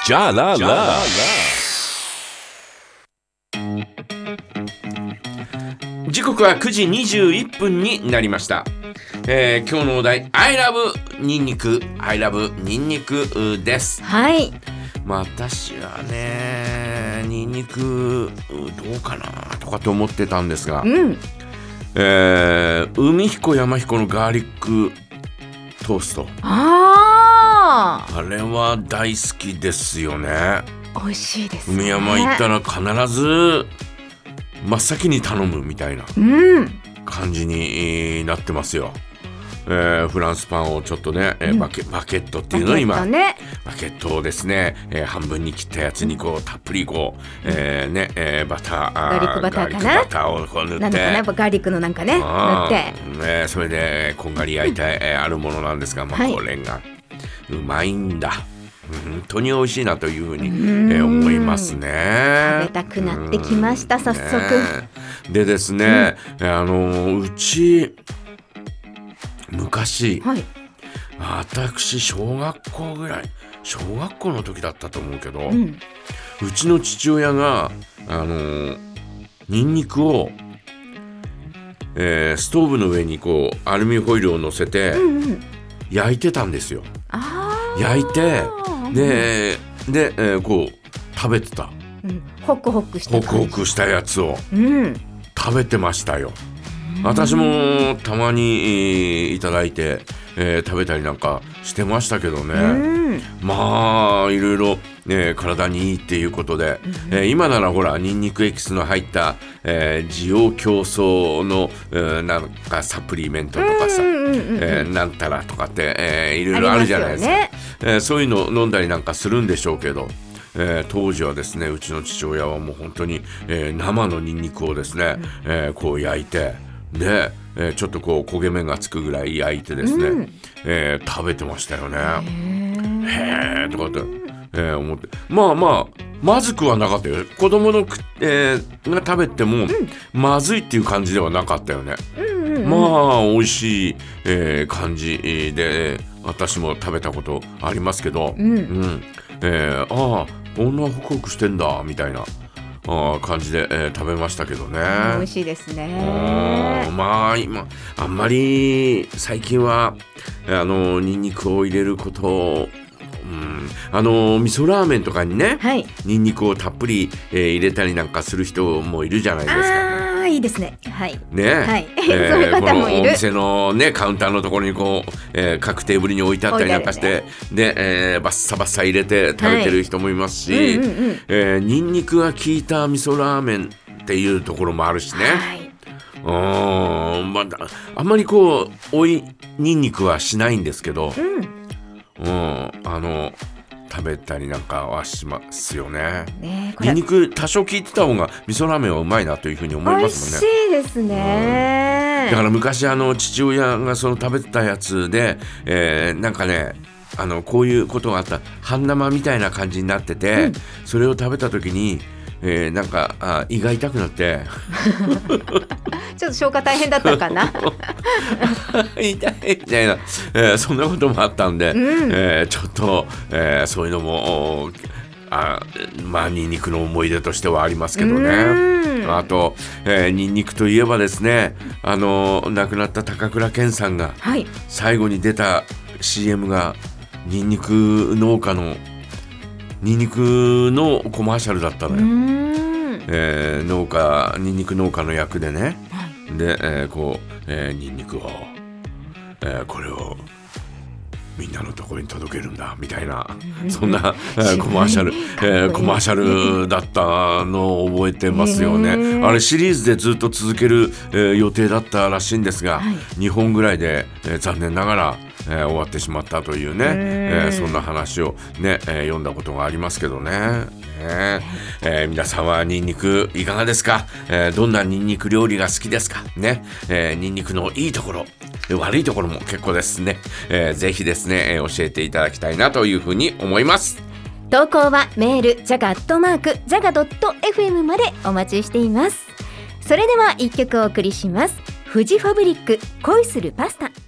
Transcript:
じゃらら時刻は9時21分になりました。今日のお題 I love ニンニク I love ニンニクです。 はい。 私はねニンニクどうかなとかと思ってたんですが、海彦山彦のガーリックトースト、あれは大好きですよね。 美味しいですね。 海山行ったら必ず真っ先に頼むみたいな感じになってますよ。フランスパンをちょっとね、バケットっていうのを今バケットをですね、半分に切ったやつにこうたっぷりこう、バターガーリックバターかな、 バターをこう塗ってなんかね、ガーリックのなんかね塗って、 それでこんがり焼いてあるものなんですが、これがうまいんだ。本当に美味しいなというふうに、思いますね。 食べたくなってきました、早速。 でですね、うち昔、私小学校の時だったと思うけど、うちの父親がニンニクを、ストーブの上にこうアルミホイルを乗せて焼いてたんですよ。焼いてで、こう食べてた、 ホクホクしたやつを、食べてましたよ。私もたまにいただいて、食べたりなんかしてましたけどね。まあいろいろ、体にいいっていうことで、今ならほらニンニクエキスの入った、滋養強壮の、なんかサプリメントとかさ、なんたらとかって、いろいろあるじゃないですか。そういうの飲んだりなんかするんでしょうけど、当時はですねうちの父親はもう本当に、生のニンニクをですね、こう焼いてで、ちょっとこう焦げ目がつくぐらい焼いてですね、食べてましたよね。へーとかって、思って、まずくはなかったよ。子供のが食べても、まずいっていう感じではなかったよね。美味しい、感じで私も食べたことありますけど、こんなホクホクしてんだみたいな感じで、食べましたけどね。 美味しいですね。 今あんまり最近はニンニクを入れることを、味噌ラーメンとかにね、ニンニクをたっぷり、入れたりなんかする人もいるじゃないですか。 いいですね。そういう方もいる。このお店のねカウンターのところにこう、各テーブルに置いてあったりなんかして、で、バッサバッサ入れて食べてる人もいますし、ニンニクが効いた味噌ラーメンっていうところもあるしね。あんまりこう追いニンニクはしないんですけど、食べたりなんかはしますよね。ニンニク多少効いてた方が味噌ラーメンはうまいなというふうに思いますもんね。 美味しいですね。 だから昔父親がその食べてたやつで、なんかねこういうことがあった半生みたいな感じになってて、それを食べた時になんか胃が痛くなってちょっと消化大変だったかな痛いみたいな、そんなこともあったんで、ちょっと、そういうのもニンニクの思い出としてはありますけどね。あと、ニンニクといえばですね、亡くなった高倉健さんが最後に出た CM がニンニク農家のニンニクのコマーシャルだったのよ。ニンニク農家の役でね、で、ニンニクを、これをみんなのところに届けるんだみたいな、そんな、コマーシャルだったのを覚えてますよね。あれシリーズでずっと続ける、予定だったらしいんですが、2本ぐらいで、残念ながら終わってしまったというね、そんな話をね、読んだことがありますけどね。皆さんはニンニクいかがですか？どんなニンニク料理が好きですかね。ニンニクのいいところ悪いところも結構ですね、ぜひですね、教えていただきたいなというふうに思います。 投稿はメールjaga@jaga.fm までお待ちしています。それでは一曲お送りします。フジファブリック恋するパスタ。